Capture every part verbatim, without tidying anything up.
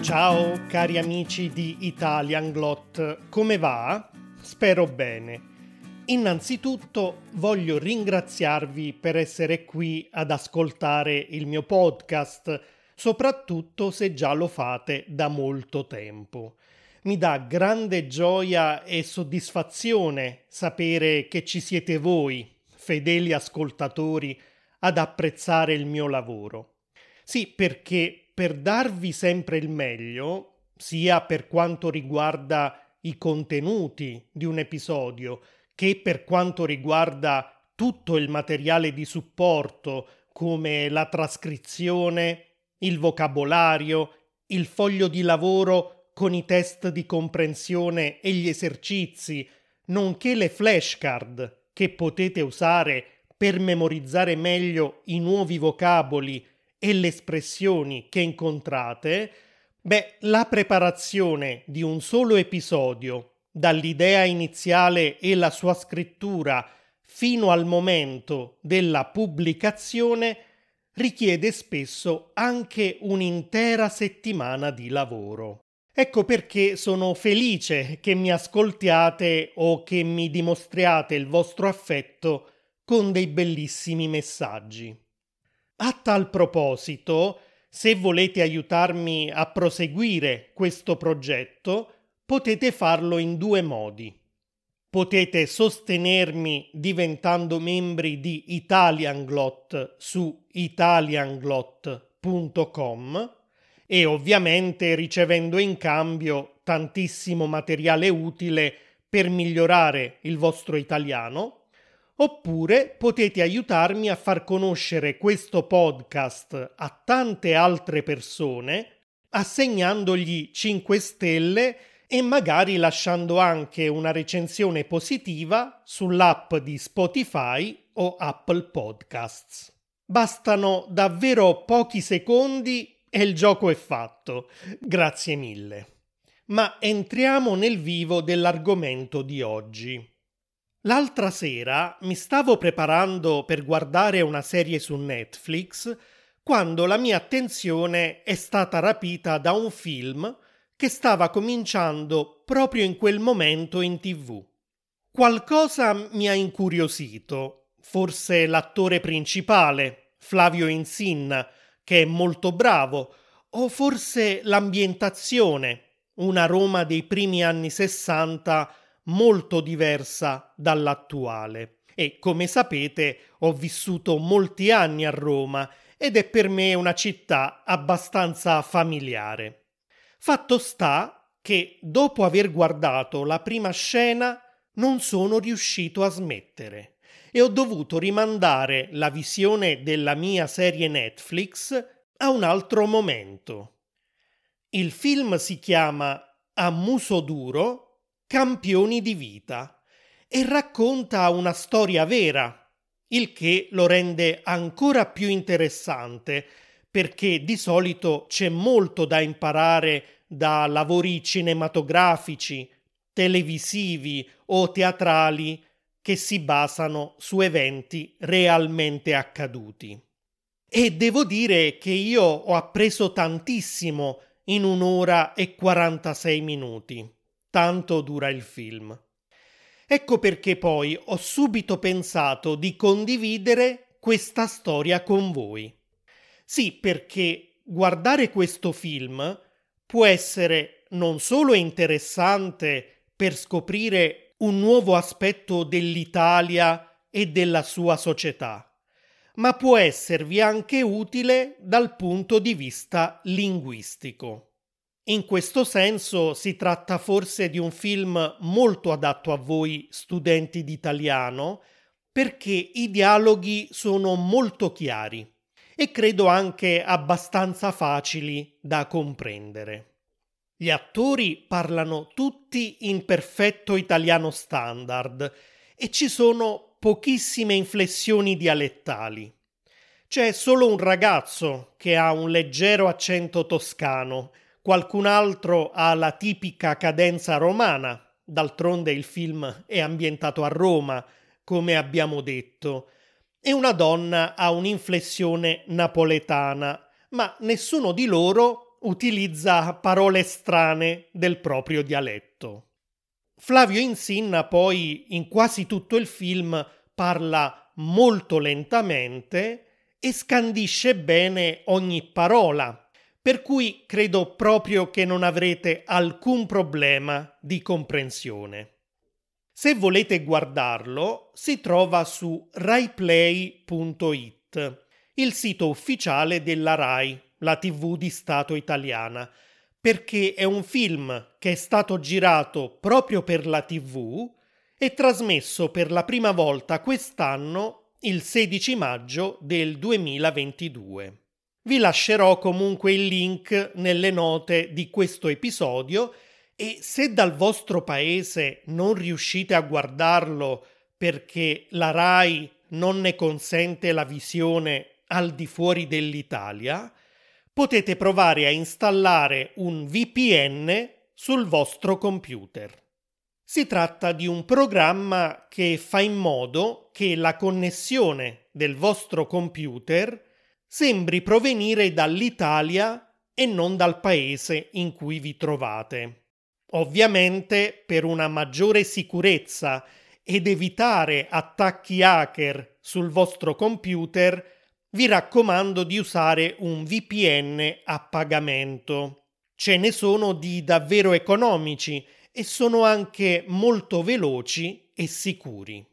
Ciao cari amici di Italianglot, come va? Spero bene. Innanzitutto voglio ringraziarvi per essere qui ad ascoltare il mio podcast, soprattutto se già lo fate da molto tempo. Mi dà grande gioia e soddisfazione sapere che ci siete voi, fedeli ascoltatori, ad apprezzare il mio lavoro. Sì, perché per darvi sempre il meglio, sia per quanto riguarda i contenuti di un episodio, che per quanto riguarda tutto il materiale di supporto, come la trascrizione, il vocabolario, il foglio di lavoro con i test di comprensione e gli esercizi, nonché le flashcard che potete usare per memorizzare meglio i nuovi vocaboli e le espressioni che incontrate, beh, la preparazione di un solo episodio, dall'idea iniziale e la sua scrittura fino al momento della pubblicazione, richiede spesso anche un'intera settimana di lavoro. Ecco perché sono felice che mi ascoltiate o che mi dimostriate il vostro affetto con dei bellissimi messaggi. A tal proposito, se volete aiutarmi a proseguire questo progetto, potete farlo in due modi. Potete sostenermi diventando membri di Italianglot su italianglot punto com e ovviamente ricevendo in cambio tantissimo materiale utile per migliorare il vostro italiano. Oppure potete aiutarmi a far conoscere questo podcast a tante altre persone assegnandogli cinque stelle e magari lasciando anche una recensione positiva sull'app di Spotify o Apple Podcasts. Bastano davvero pochi secondi e il gioco è fatto. Grazie mille. Ma entriamo nel vivo dell'argomento di oggi. L'altra sera mi stavo preparando per guardare una serie su Netflix quando la mia attenzione è stata rapita da un film che stava cominciando proprio in quel momento in tivù. Qualcosa mi ha incuriosito, forse l'attore principale, Flavio Insinna, che è molto bravo, o forse l'ambientazione, una Roma dei primi anni sessanta molto diversa dall'attuale. E come sapete ho vissuto molti anni a Roma ed è per me una città abbastanza familiare. Fatto sta che dopo aver guardato la prima scena non sono riuscito a smettere e ho dovuto rimandare la visione della mia serie Netflix a un altro momento. Il film si chiama A muso duro, Campioni di vita e racconta una storia vera, il che lo rende ancora più interessante perché di solito c'è molto da imparare da lavori cinematografici, televisivi o teatrali che si basano su eventi realmente accaduti. E devo dire che io ho appreso tantissimo in un'ora e quarantasei minuti. Tanto dura il film. Ecco perché poi ho subito pensato di condividere questa storia con voi. Sì, perché guardare questo film può essere non solo interessante per scoprire un nuovo aspetto dell'Italia e della sua società, ma può esservi anche utile dal punto di vista linguistico. In questo senso si tratta forse di un film molto adatto a voi studenti di italiano perché i dialoghi sono molto chiari e credo anche abbastanza facili da comprendere. Gli attori parlano tutti in perfetto italiano standard e ci sono pochissime inflessioni dialettali. C'è solo un ragazzo che ha un leggero accento toscano, qualcun altro ha la tipica cadenza romana, d'altronde il film è ambientato a Roma, come abbiamo detto, e una donna ha un'inflessione napoletana, ma nessuno di loro utilizza parole strane del proprio dialetto. Flavio Insinna poi in quasi tutto il film parla molto lentamente e scandisce bene ogni parola, per cui credo proprio che non avrete alcun problema di comprensione. Se volete guardarlo, si trova su rai play punto it, il sito ufficiale della Rai, la tivù di Stato italiana, perché è un film che è stato girato proprio per la tivù e trasmesso per la prima volta quest'anno il sedici maggio del duemilaventidue. Vi lascerò comunque il link nelle note di questo episodio e se dal vostro paese non riuscite a guardarlo perché la Rai non ne consente la visione al di fuori dell'Italia, potete provare a installare un V P N sul vostro computer. Si tratta di un programma che fa in modo che la connessione del vostro computer sembri provenire dall'Italia e non dal paese in cui vi trovate. Ovviamente, per una maggiore sicurezza ed evitare attacchi hacker sul vostro computer, vi raccomando di usare un V P N a pagamento. Ce ne sono di davvero economici e sono anche molto veloci e sicuri.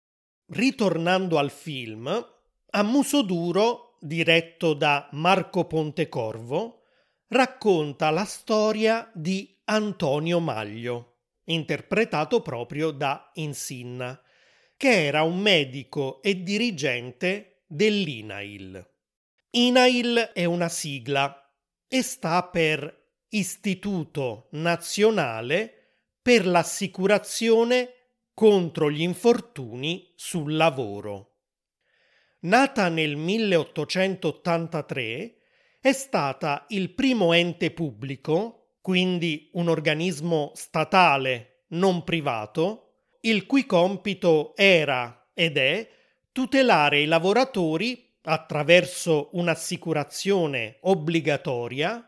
Ritornando al film, A muso duro, diretto da Marco Pontecorvo, racconta la storia di Antonio Maglio, interpretato proprio da Insinna, che era un medico e dirigente dell'I N A I L. I N A I L è una sigla e sta per Istituto Nazionale per l'Assicurazione contro gli infortuni sul lavoro. Nata nel milleottocentottantatré, è stata il primo ente pubblico, quindi un organismo statale non privato, il cui compito era ed è tutelare i lavoratori attraverso un'assicurazione obbligatoria,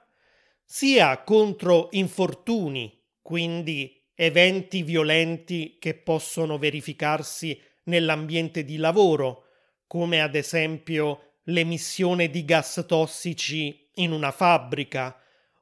sia contro infortuni, quindi eventi violenti che possono verificarsi nell'ambiente di lavoro, come ad esempio l'emissione di gas tossici in una fabbrica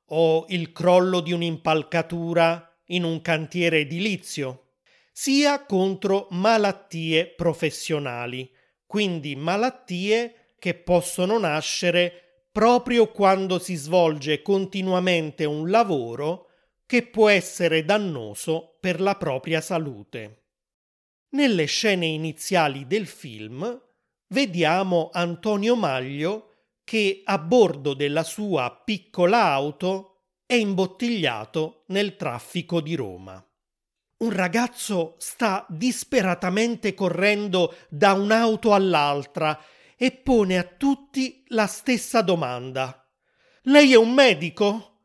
o il crollo di un'impalcatura in un cantiere edilizio, sia contro malattie professionali, quindi malattie che possono nascere proprio quando si svolge continuamente un lavoro che può essere dannoso per la propria salute. Nelle scene iniziali del film vediamo Antonio Maglio che a bordo della sua piccola auto è imbottigliato nel traffico di Roma. Un ragazzo sta disperatamente correndo da un'auto all'altra e pone a tutti la stessa domanda: «Lei è un medico?»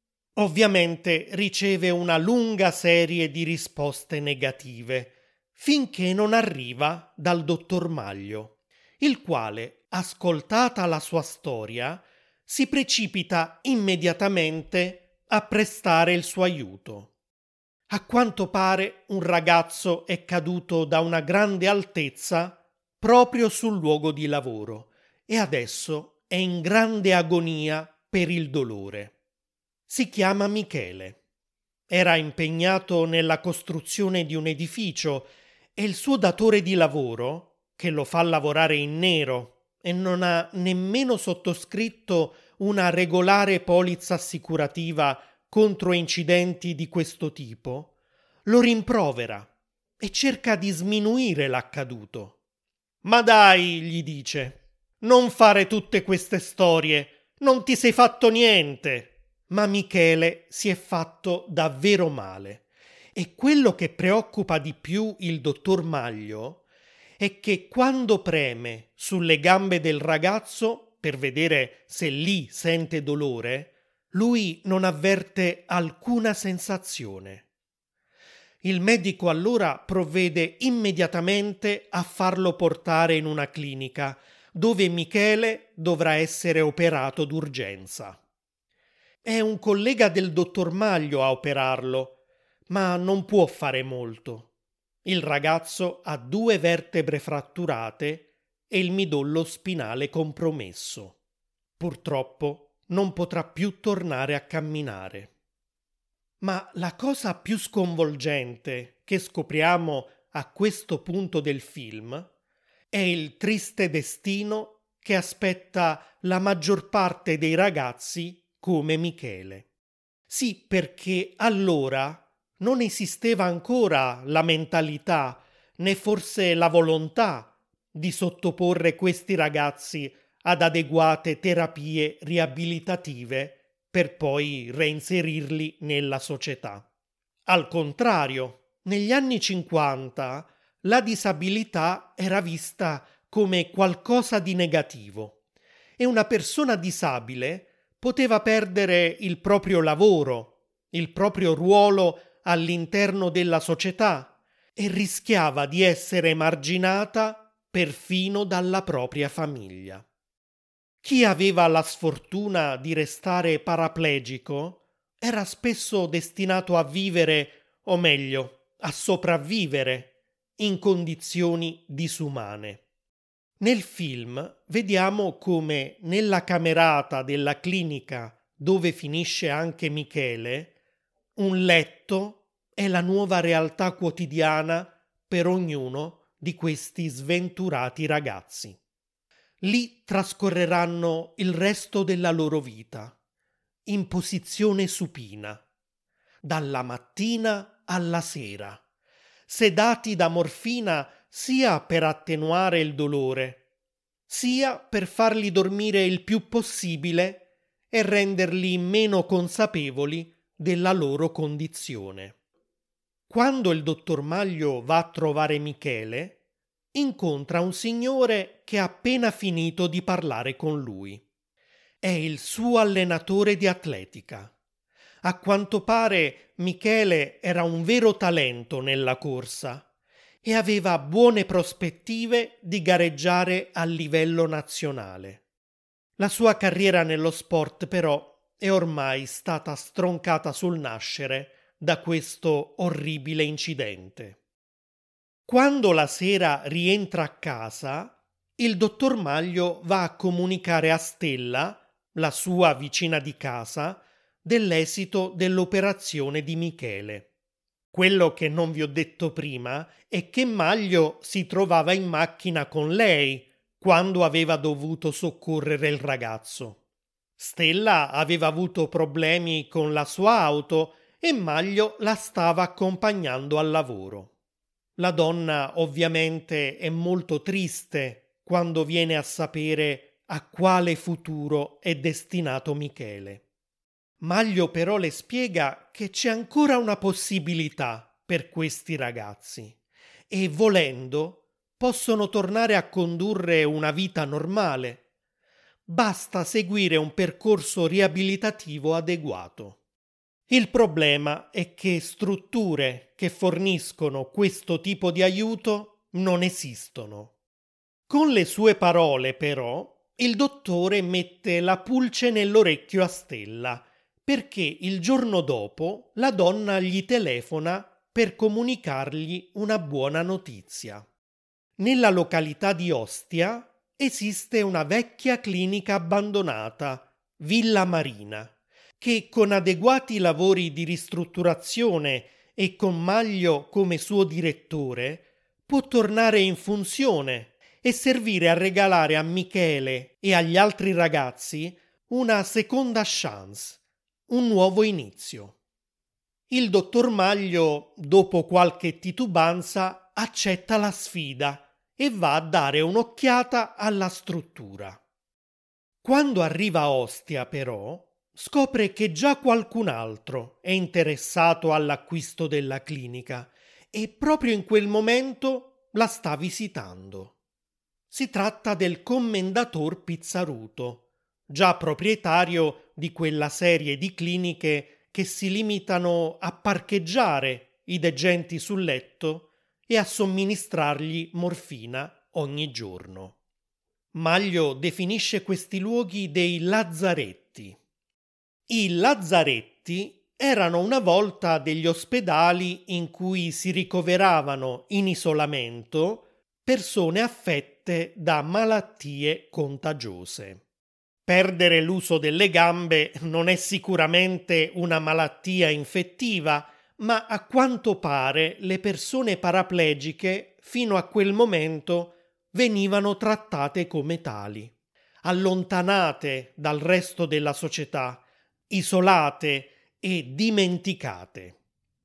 Ovviamente riceve una lunga serie di risposte negative, finché non arriva dal dottor Maglio, il quale, ascoltata la sua storia, si precipita immediatamente a prestare il suo aiuto. A quanto pare un ragazzo è caduto da una grande altezza proprio sul luogo di lavoro e adesso è in grande agonia per il dolore. Si chiama Michele. Era impegnato nella costruzione di un edificio e il suo datore di lavoro, che lo fa lavorare in nero e non ha nemmeno sottoscritto una regolare polizza assicurativa contro incidenti di questo tipo, lo rimprovera e cerca di sminuire l'accaduto. «Ma dai», gli dice, «non fare tutte queste storie, non ti sei fatto niente». Ma Michele si è fatto davvero male e quello che preoccupa di più il dottor Maglio è che quando preme sulle gambe del ragazzo per vedere se lì sente dolore, lui non avverte alcuna sensazione. Il medico allora provvede immediatamente a farlo portare in una clinica dove Michele dovrà essere operato d'urgenza. È un collega del dottor Maglio a operarlo, ma non può fare molto. Il ragazzo ha due vertebre fratturate e il midollo spinale compromesso. Purtroppo non potrà più tornare a camminare. Ma la cosa più sconvolgente che scopriamo a questo punto del film è il triste destino che aspetta la maggior parte dei ragazzi come Michele. Sì, perché allora non esisteva ancora la mentalità, né forse la volontà di sottoporre questi ragazzi ad adeguate terapie riabilitative per poi reinserirli nella società. Al contrario, negli anni cinquanta la disabilità era vista come qualcosa di negativo e una persona disabile poteva perdere il proprio lavoro, il proprio ruolo all'interno della società e rischiava di essere emarginata perfino dalla propria famiglia. Chi aveva la sfortuna di restare paraplegico era spesso destinato a vivere, o meglio, a sopravvivere, in condizioni disumane. Nel film vediamo come nella camerata della clinica dove finisce anche Michele, un letto è la nuova realtà quotidiana per ognuno di questi sventurati ragazzi. Lì trascorreranno il resto della loro vita, in posizione supina, dalla mattina alla sera, sedati da morfina sia per attenuare il dolore, sia per farli dormire il più possibile e renderli meno consapevoli della loro condizione. Quando il dottor Maglio va a trovare Michele, incontra un signore che ha appena finito di parlare con lui. È il suo allenatore di atletica. A quanto pare Michele era un vero talento nella corsa e aveva buone prospettive di gareggiare a livello nazionale. La sua carriera nello sport però è ormai stata stroncata sul nascere da questo orribile incidente. Quando la sera rientra a casa, il dottor Maglio va a comunicare a Stella, la sua vicina di casa, dell'esito dell'operazione di Michele. Quello che non vi ho detto prima è che Maglio si trovava in macchina con lei quando aveva dovuto soccorrere il ragazzo. Stella aveva avuto problemi con la sua auto e Maglio la stava accompagnando al lavoro. La donna ovviamente è molto triste quando viene a sapere a quale futuro è destinato Michele. Maglio però le spiega che c'è ancora una possibilità per questi ragazzi e, volendo, possono tornare a condurre una vita normale. Basta seguire un percorso riabilitativo adeguato. Il problema è che strutture che forniscono questo tipo di aiuto non esistono. Con le sue parole, però, il dottore mette la pulce nell'orecchio a Stella, perché il giorno dopo la donna gli telefona per comunicargli una buona notizia. Nella località di Ostia esiste una vecchia clinica abbandonata, Villa Marina, che con adeguati lavori di ristrutturazione e con Maglio come suo direttore può tornare in funzione e servire a regalare a Michele e agli altri ragazzi una seconda chance, un nuovo inizio. Il dottor Maglio, dopo qualche titubanza, accetta la sfida e va a dare un'occhiata alla struttura. Quando arriva a Ostia, però, scopre che già qualcun altro è interessato all'acquisto della clinica e proprio in quel momento la sta visitando. Si tratta del commendator Pizzaruto, già proprietario di quella serie di cliniche che si limitano a parcheggiare i degenti sul letto e a somministrargli morfina ogni giorno. Maglio definisce questi luoghi dei lazzaretti. I lazzaretti erano una volta degli ospedali in cui si ricoveravano in isolamento persone affette da malattie contagiose. Perdere l'uso delle gambe non è sicuramente una malattia infettiva, ma a quanto pare le persone paraplegiche fino a quel momento venivano trattate come tali, allontanate dal resto della società, isolate e dimenticate.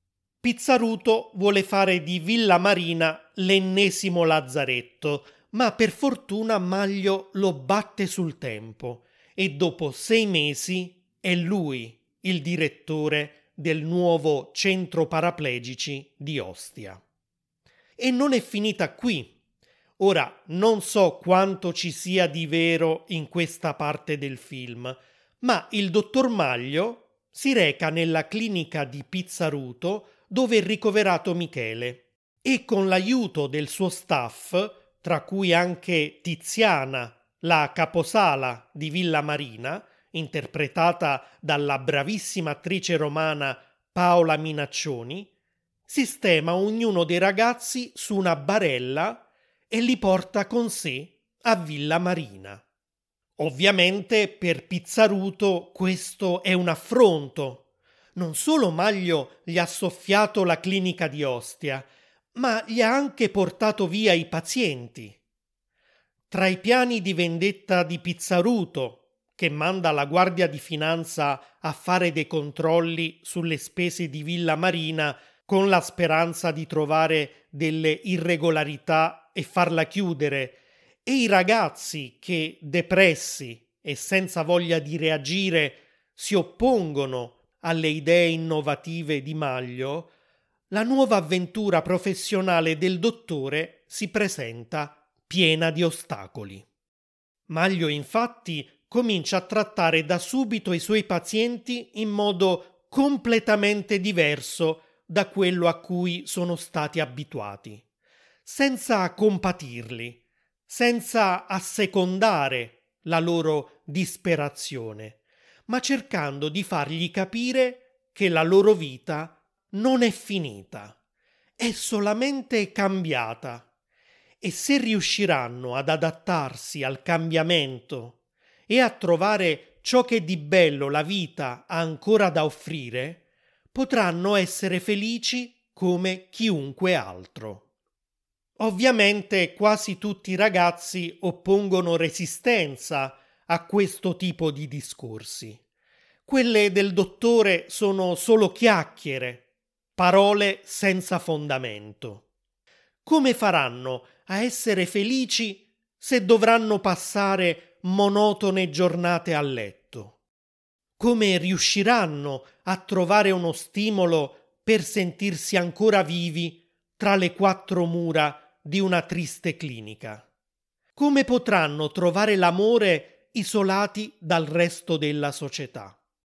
Pizzaruto vuole fare di Villa Marina l'ennesimo lazzaretto, ma per fortuna Maglio lo batte sul tempo e dopo sei mesi è lui il direttore del nuovo centro paraplegici di Ostia. E non è finita qui. Ora, non so quanto ci sia di vero in questa parte del film, ma il dottor Maglio si reca nella clinica di Pizzaruto dove è ricoverato Michele e con l'aiuto del suo staff, tra cui anche Tiziana, la caposala di Villa Marina, interpretata dalla bravissima attrice romana Paola Minaccioni, sistema ognuno dei ragazzi su una barella e li porta con sé a Villa Marina. Ovviamente per Pizzaruto questo è un affronto. Non solo Maglio gli ha soffiato la clinica di Ostia, ma gli ha anche portato via i pazienti. Tra i piani di vendetta di Pizzaruto, che manda la Guardia di Finanza a fare dei controlli sulle spese di Villa Marina con la speranza di trovare delle irregolarità e farla chiudere, e i ragazzi che, depressi e senza voglia di reagire, si oppongono alle idee innovative di Maglio, la nuova avventura professionale del dottore si presenta piena di ostacoli. Maglio, infatti, comincia a trattare da subito i suoi pazienti in modo completamente diverso da quello a cui sono stati abituati, senza compatirli, senza assecondare la loro disperazione, ma cercando di fargli capire che la loro vita non è finita, è solamente cambiata, e se riusciranno ad adattarsi al cambiamento e a trovare ciò che di bello la vita ha ancora da offrire, potranno essere felici come chiunque altro. Ovviamente quasi tutti i ragazzi oppongono resistenza a questo tipo di discorsi. Quelle del dottore sono solo chiacchiere, parole senza fondamento. Come faranno a essere felici se dovranno passare monotone giornate a letto? Come riusciranno a trovare uno stimolo per sentirsi ancora vivi tra le quattro mura di una triste clinica? Come potranno trovare l'amore isolati dal resto della società?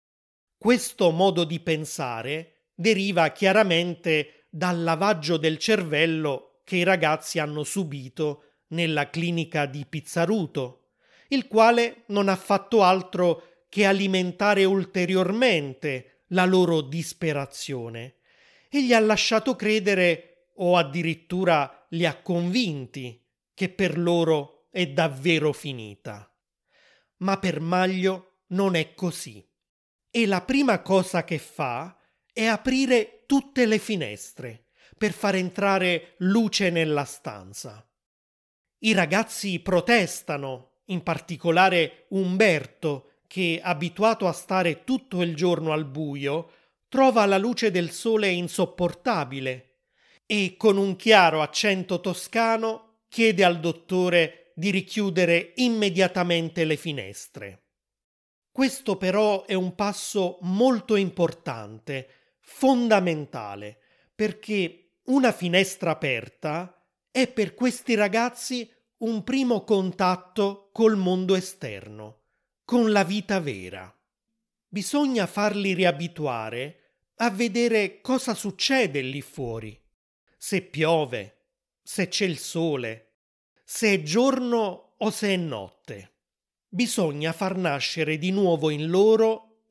Questo modo di pensare deriva chiaramente dal lavaggio del cervello che i ragazzi hanno subito nella clinica di Pizzaruto, il quale non ha fatto altro che alimentare ulteriormente la loro disperazione e gli ha lasciato credere, o addirittura li ha convinti, che per loro è davvero finita. Ma per Maglio non è così. E la prima cosa che fa è aprire tutte le finestre per far entrare luce nella stanza. I ragazzi protestano, in particolare Umberto, che, abituato a stare tutto il giorno al buio, trova la luce del sole insopportabile e, con un chiaro accento toscano, chiede al dottore di richiudere immediatamente le finestre. Questo però è un passo molto importante, fondamentale, perché una finestra aperta è per questi ragazzi un primo contatto col mondo esterno, con la vita vera. Bisogna farli riabituare a vedere cosa succede lì fuori, se piove, se c'è il sole, se è giorno o se è notte. Bisogna far nascere di nuovo in loro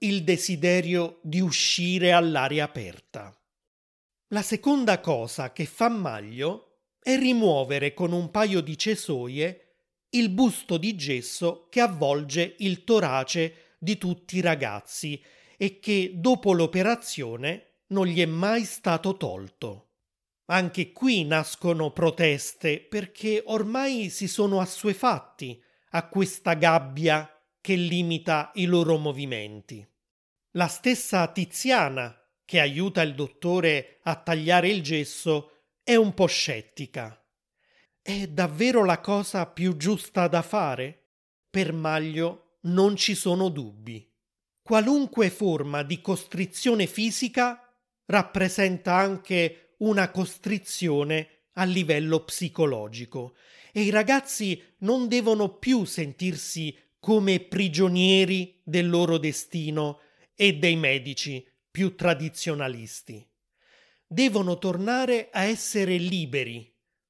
il desiderio di uscire all'aria aperta. La seconda cosa che fa Maglio è rimuovere con un paio di cesoie il busto di gesso che avvolge il torace di tutti i ragazzi e che dopo l'operazione non gli è mai stato tolto. Anche qui nascono proteste perché ormai si sono assuefatti a questa gabbia che limita i loro movimenti. La stessa Tiziana, che aiuta il dottore a tagliare il gesso, è un po' scettica. È davvero la cosa più giusta da fare? Per Maglio non ci sono dubbi. Qualunque forma di costrizione fisica rappresenta anche una costrizione a livello psicologico e i ragazzi non devono più sentirsi come prigionieri del loro destino e dei medici più tradizionalisti. Devono tornare a essere liberi,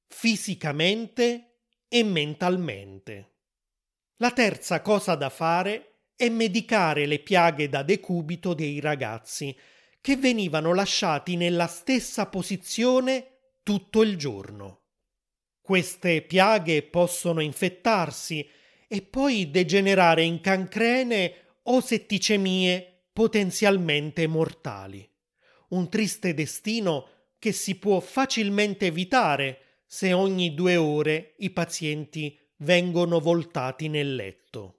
fisicamente e mentalmente. La terza cosa da fare è medicare le piaghe da decubito dei ragazzi, che venivano lasciati nella stessa posizione tutto il giorno. Queste piaghe possono infettarsi e poi degenerare in cancrene o setticemie potenzialmente mortali. Un triste destino che si può facilmente evitare se ogni due ore i pazienti vengono voltati nel letto.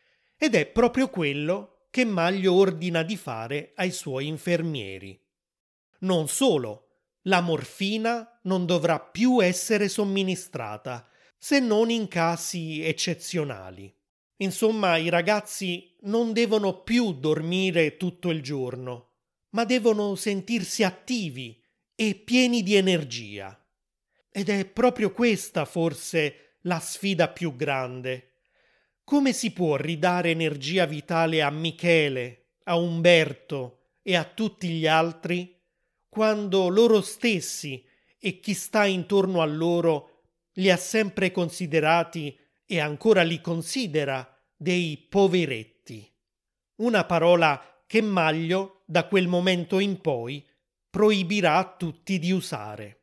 Ed è proprio quello che Maglio ordina di fare ai suoi infermieri. Non solo, la morfina non dovrà più essere somministrata, se non in casi eccezionali. Insomma, i ragazzi non devono più dormire tutto il giorno, ma devono sentirsi attivi e pieni di energia. Ed è proprio questa forse la sfida più grande. Come si può ridare energia vitale a Michele, a Umberto e a tutti gli altri quando loro stessi e chi sta intorno a loro li ha sempre considerati e ancora li considera dei poveretti? Una parola che Maglio da quel momento in poi proibirà a tutti di usare.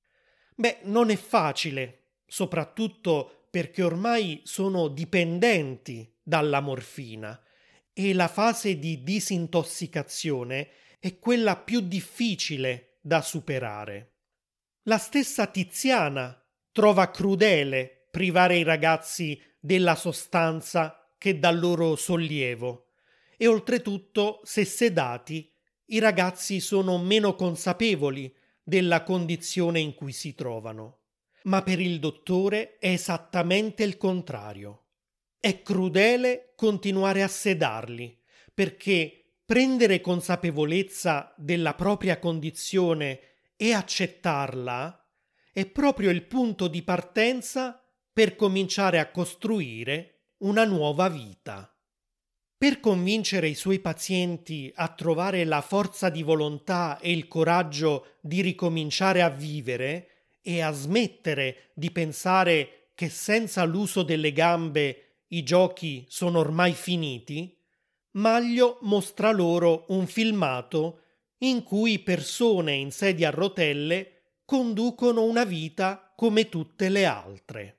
Beh, non è facile, soprattutto perché ormai sono dipendenti dalla morfina e la fase di disintossicazione è quella più difficile da superare. La stessa Tiziana trova crudele privare i ragazzi della sostanza che dà loro sollievo e oltretutto, se sedati, i ragazzi sono meno consapevoli della condizione in cui si trovano. Ma per il dottore è esattamente il contrario. È crudele continuare a sedarli, perché prendere consapevolezza della propria condizione e accettarla è proprio il punto di partenza per cominciare a costruire una nuova vita. Per convincere i suoi pazienti a trovare la forza di volontà e il coraggio di ricominciare a vivere e a smettere di pensare che senza l'uso delle gambe i giochi sono ormai finiti, Maglio mostra loro un filmato in cui persone in sedia a rotelle conducono una vita come tutte le altre.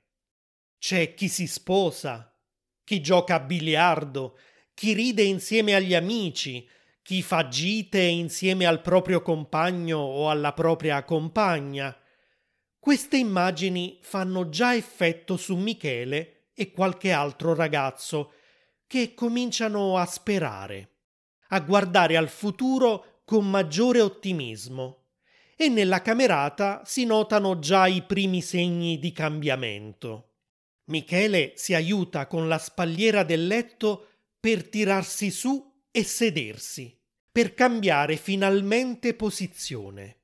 C'è chi si sposa, chi gioca a biliardo, chi ride insieme agli amici, chi fa gite insieme al proprio compagno o alla propria compagna. Queste immagini fanno già effetto su Michele e qualche altro ragazzo che cominciano a sperare, a guardare al futuro con maggiore ottimismo e nella camerata si notano già i primi segni di cambiamento. Michele si aiuta con la spalliera del letto per tirarsi su e sedersi, per cambiare finalmente posizione.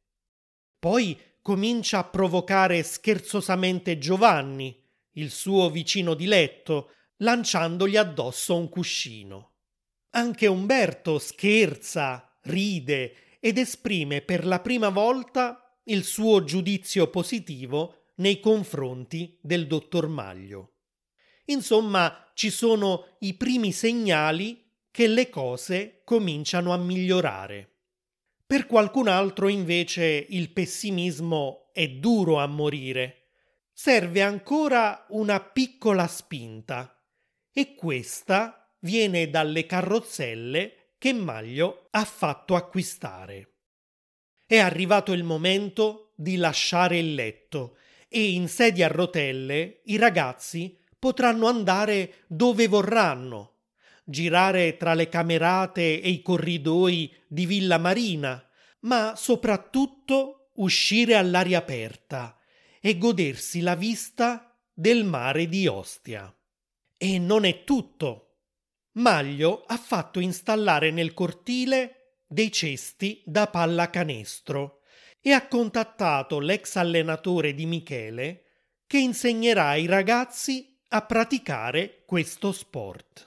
Poi comincia a provocare scherzosamente Giovanni, il suo vicino di letto, lanciandogli addosso un cuscino. Anche Umberto scherza, ride ed esprime per la prima volta il suo giudizio positivo nei confronti del dottor Maglio. Insomma, ci sono i primi segnali che le cose cominciano a migliorare. Per qualcun altro invece il pessimismo è duro a morire. Serve ancora una piccola spinta e questa viene dalle carrozzelle che Maglio ha fatto acquistare. È arrivato il momento di lasciare il letto e in sedia a rotelle i ragazzi potranno andare dove vorranno, girare tra le camerate e i corridoi di Villa Marina, ma soprattutto uscire all'aria aperta e godersi la vista del mare di Ostia. E non è tutto. Maglio ha fatto installare nel cortile dei cesti da pallacanestro e ha contattato l'ex allenatore di Michele che insegnerà ai ragazzi a praticare questo sport.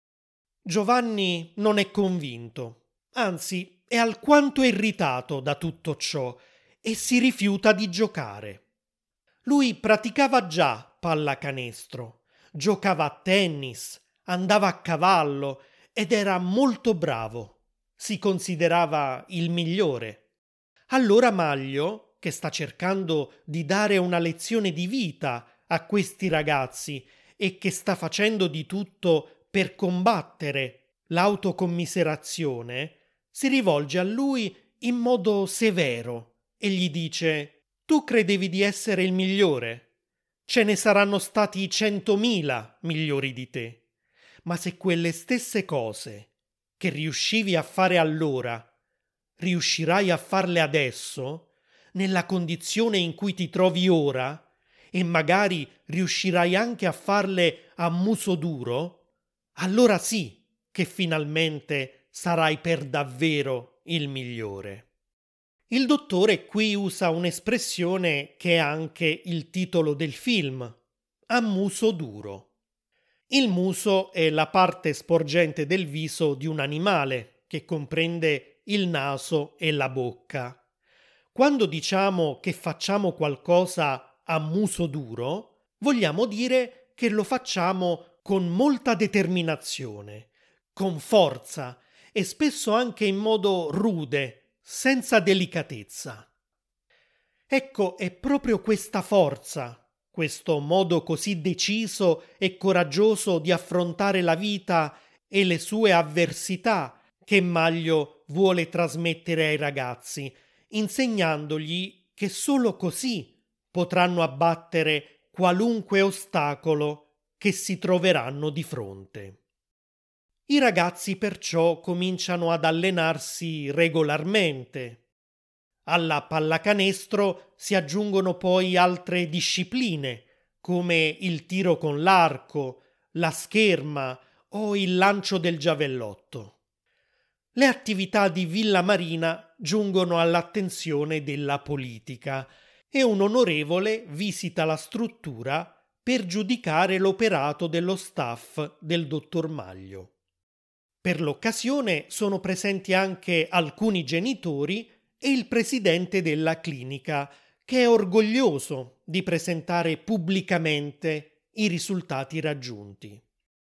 Giovanni non è convinto, anzi è alquanto irritato da tutto ciò e si rifiuta di giocare. Lui praticava già pallacanestro, giocava a tennis, andava a cavallo ed era molto bravo. Si considerava il migliore. Allora Maglio, che sta cercando di dare una lezione di vita a questi ragazzi e che sta facendo di tutto per combattere l'autocommiserazione, si rivolge a lui in modo severo e gli dice: «Tu credevi di essere il migliore? Ce ne saranno stati centomila migliori di te. Ma se quelle stesse cose che riuscivi a fare allora riuscirai a farle adesso, nella condizione in cui ti trovi ora, e magari riuscirai anche a farle a muso duro, allora sì che finalmente sarai per davvero il migliore». Il dottore qui usa un'espressione che è anche il titolo del film, a muso duro. Il muso è la parte sporgente del viso di un animale che comprende il naso e la bocca. Quando diciamo che facciamo qualcosa a muso duro, vogliamo dire che lo facciamo con molta determinazione, con forza e spesso anche in modo rude, senza delicatezza. Ecco, è proprio questa forza, questo modo così deciso e coraggioso di affrontare la vita e le sue avversità che Maglio vuole trasmettere ai ragazzi, insegnandogli che solo così potranno abbattere qualunque ostacolo che si troveranno di fronte. I ragazzi perciò cominciano ad allenarsi regolarmente. Alla pallacanestro si aggiungono poi altre discipline come il tiro con l'arco, la scherma o il lancio del giavellotto. Le attività di Villa Marina giungono all'attenzione della politica e un onorevole visita la struttura per giudicare l'operato dello staff del dottor Maglio. Per l'occasione sono presenti anche alcuni genitori e il presidente della clinica, che è orgoglioso di presentare pubblicamente i risultati raggiunti.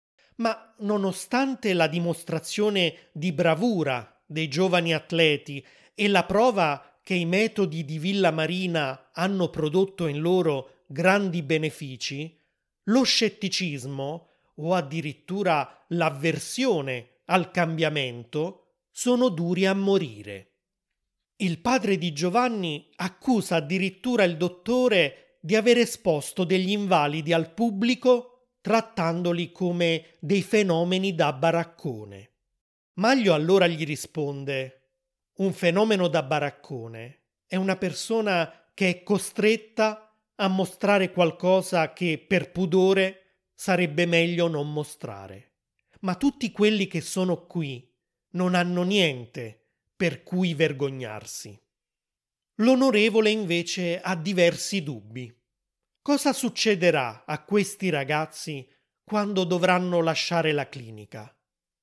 Ma nonostante la dimostrazione di bravura dei giovani atleti e la prova che i metodi di Villa Marina hanno prodotto in loro grandi benefici, lo scetticismo o addirittura l'avversione al cambiamento sono duri a morire. Il padre di Giovanni accusa addirittura il dottore di aver esposto degli invalidi al pubblico trattandoli come dei fenomeni da baraccone. Maglio allora gli risponde: un fenomeno da baraccone è una persona che è costretta a mostrare qualcosa che per pudore sarebbe meglio non mostrare. Ma tutti quelli che sono qui non hanno niente per cui vergognarsi. L'onorevole invece ha diversi dubbi. Cosa succederà a questi ragazzi quando dovranno lasciare la clinica?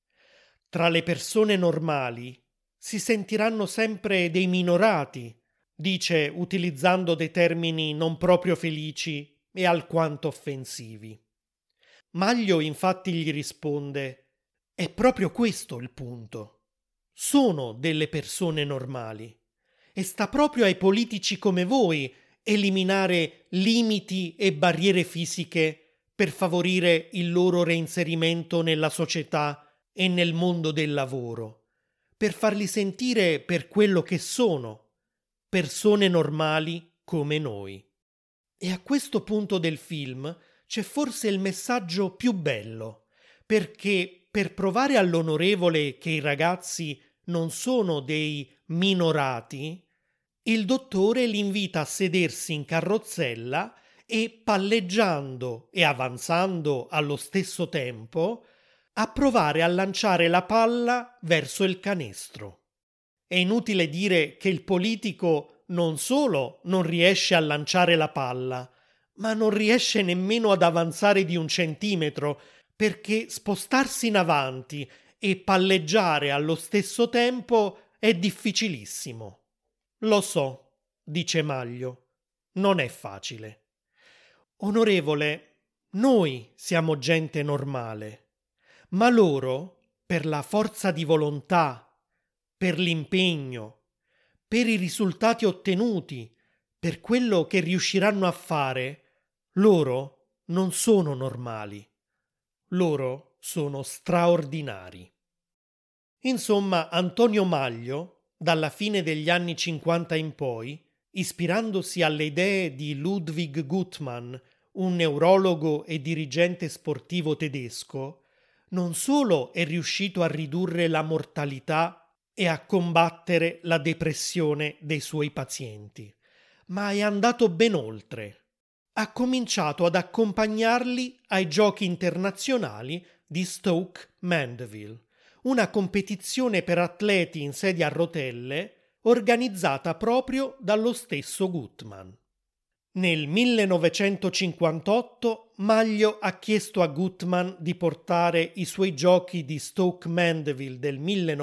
Tra le persone normali si sentiranno sempre dei minorati, dice utilizzando dei termini non proprio felici e alquanto offensivi. Maglio infatti gli risponde: È proprio questo il punto. Sono delle persone normali e sta proprio ai politici come voi eliminare limiti e barriere fisiche per favorire il loro reinserimento nella società e nel mondo del lavoro, per farli sentire per quello che sono, persone normali come noi. E a questo punto del film c'è forse il messaggio più bello, perché per provare all'onorevole che i ragazzi non sono dei minorati, il dottore li invita a sedersi in carrozzella e, palleggiando e avanzando allo stesso tempo, a provare a lanciare la palla verso il canestro. È inutile dire che il politico non solo non riesce a lanciare la palla, ma non riesce nemmeno ad avanzare di un centimetro, perché spostarsi in avanti e palleggiare allo stesso tempo è difficilissimo. Lo so, dice Maglio, non è facile. Onorevole, noi siamo gente normale, ma loro, per la forza di volontà, per l'impegno, per i risultati ottenuti, per quello che riusciranno a fare, loro non sono normali. Loro sono straordinari. Insomma, Antonio Maglio, dalla fine degli anni cinquanta in poi, ispirandosi alle idee di Ludwig Guttmann, un neurologo e dirigente sportivo tedesco, non solo è riuscito a ridurre la mortalità e a combattere la depressione dei suoi pazienti, ma è andato ben oltre. Ha cominciato ad accompagnarli ai giochi internazionali di Stoke Mandeville, una competizione per atleti in sedia a rotelle organizzata proprio dallo stesso Guttmann. Nel millenovecentocinquantotto Maglio ha chiesto a Guttmann di portare i suoi giochi di Stoke Mandeville del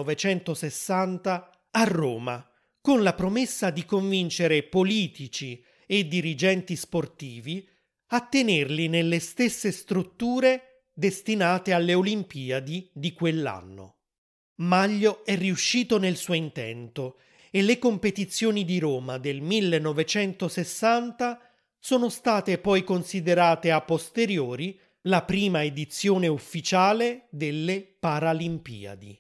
millenovecentosessanta a Roma, con la promessa di convincere politici e dirigenti sportivi a tenerli nelle stesse strutture destinate alle Olimpiadi di quell'anno. Maglio è riuscito nel suo intento e le competizioni di Roma del millenovecentosessanta sono state poi considerate a posteriori la prima edizione ufficiale delle Paralimpiadi.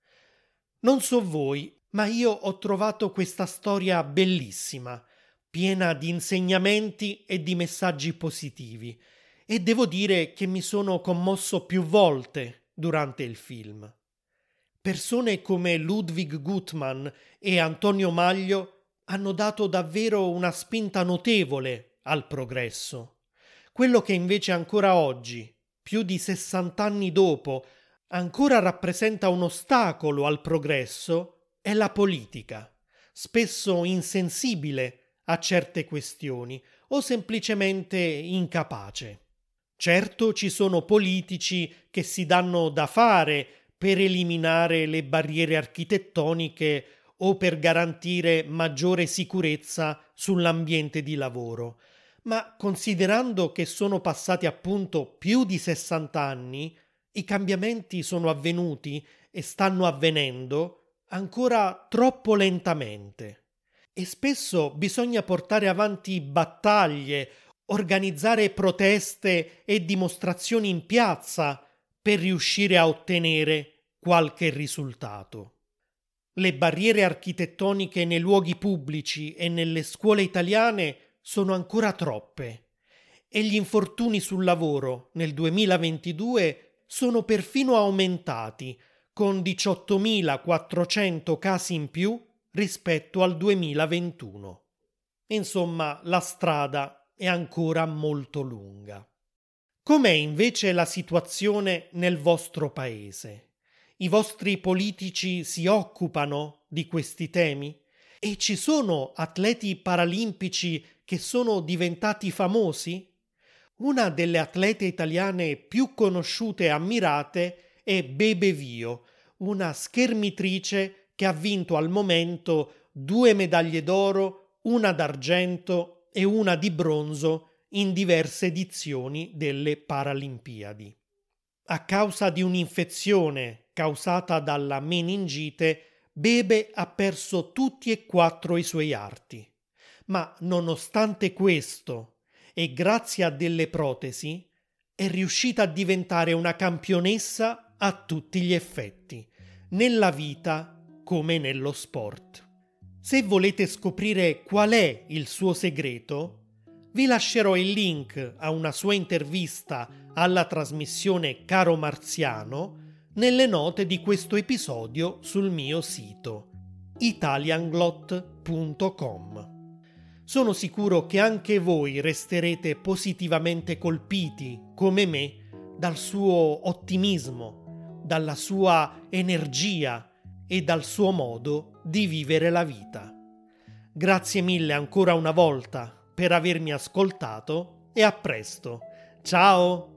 Non so voi, ma io ho trovato questa storia bellissima, piena di insegnamenti e di messaggi positivi, e devo dire che mi sono commosso più volte durante il film. Persone come Ludwig Guttmann e Antonio Maglio hanno dato davvero una spinta notevole al progresso. Quello che invece ancora oggi, più di sessanta anni dopo, ancora rappresenta un ostacolo al progresso è la politica, spesso insensibile a certe questioni o semplicemente incapace. Certo, ci sono politici che si danno da fare per eliminare le barriere architettoniche o per garantire maggiore sicurezza sull'ambiente di lavoro, ma considerando che sono passati appunto più di sessanta anni, i cambiamenti sono avvenuti e stanno avvenendo ancora troppo lentamente. E spesso bisogna portare avanti battaglie, organizzare proteste e dimostrazioni in piazza per riuscire a ottenere qualche risultato. Le barriere architettoniche nei luoghi pubblici e nelle scuole italiane sono ancora troppe e gli infortuni sul lavoro nel duemilaventidue sono perfino aumentati, con diciottomilaquattrocento casi in più rispetto al duemilaventuno. Insomma, la strada è ancora molto lunga. Com'è invece la situazione nel vostro paese? I vostri politici si occupano di questi temi? E ci sono atleti paralimpici che sono diventati famosi? Una delle atlete italiane più conosciute e ammirate è Bebe Vio, una schermitrice che ha vinto al momento due medaglie d'oro, una d'argento e una di bronzo in diverse edizioni delle Paralimpiadi. a causa di un'infezione causata dalla meningite, Bebe ha perso tutti e quattro i suoi arti. Ma nonostante questo, e grazie a delle protesi, è riuscita a diventare una campionessa a tutti gli effetti, nella vita come nello sport. Se volete scoprire qual è il suo segreto, vi lascerò il link a una sua intervista alla trasmissione Caro Marziano nelle note di questo episodio sul mio sito italianglot punto com. Sono sicuro che anche voi resterete positivamente colpiti, come me, dal suo ottimismo, dalla sua energia e dal suo modo di vivere la vita. Grazie mille ancora una volta per avermi ascoltato e a presto. Ciao!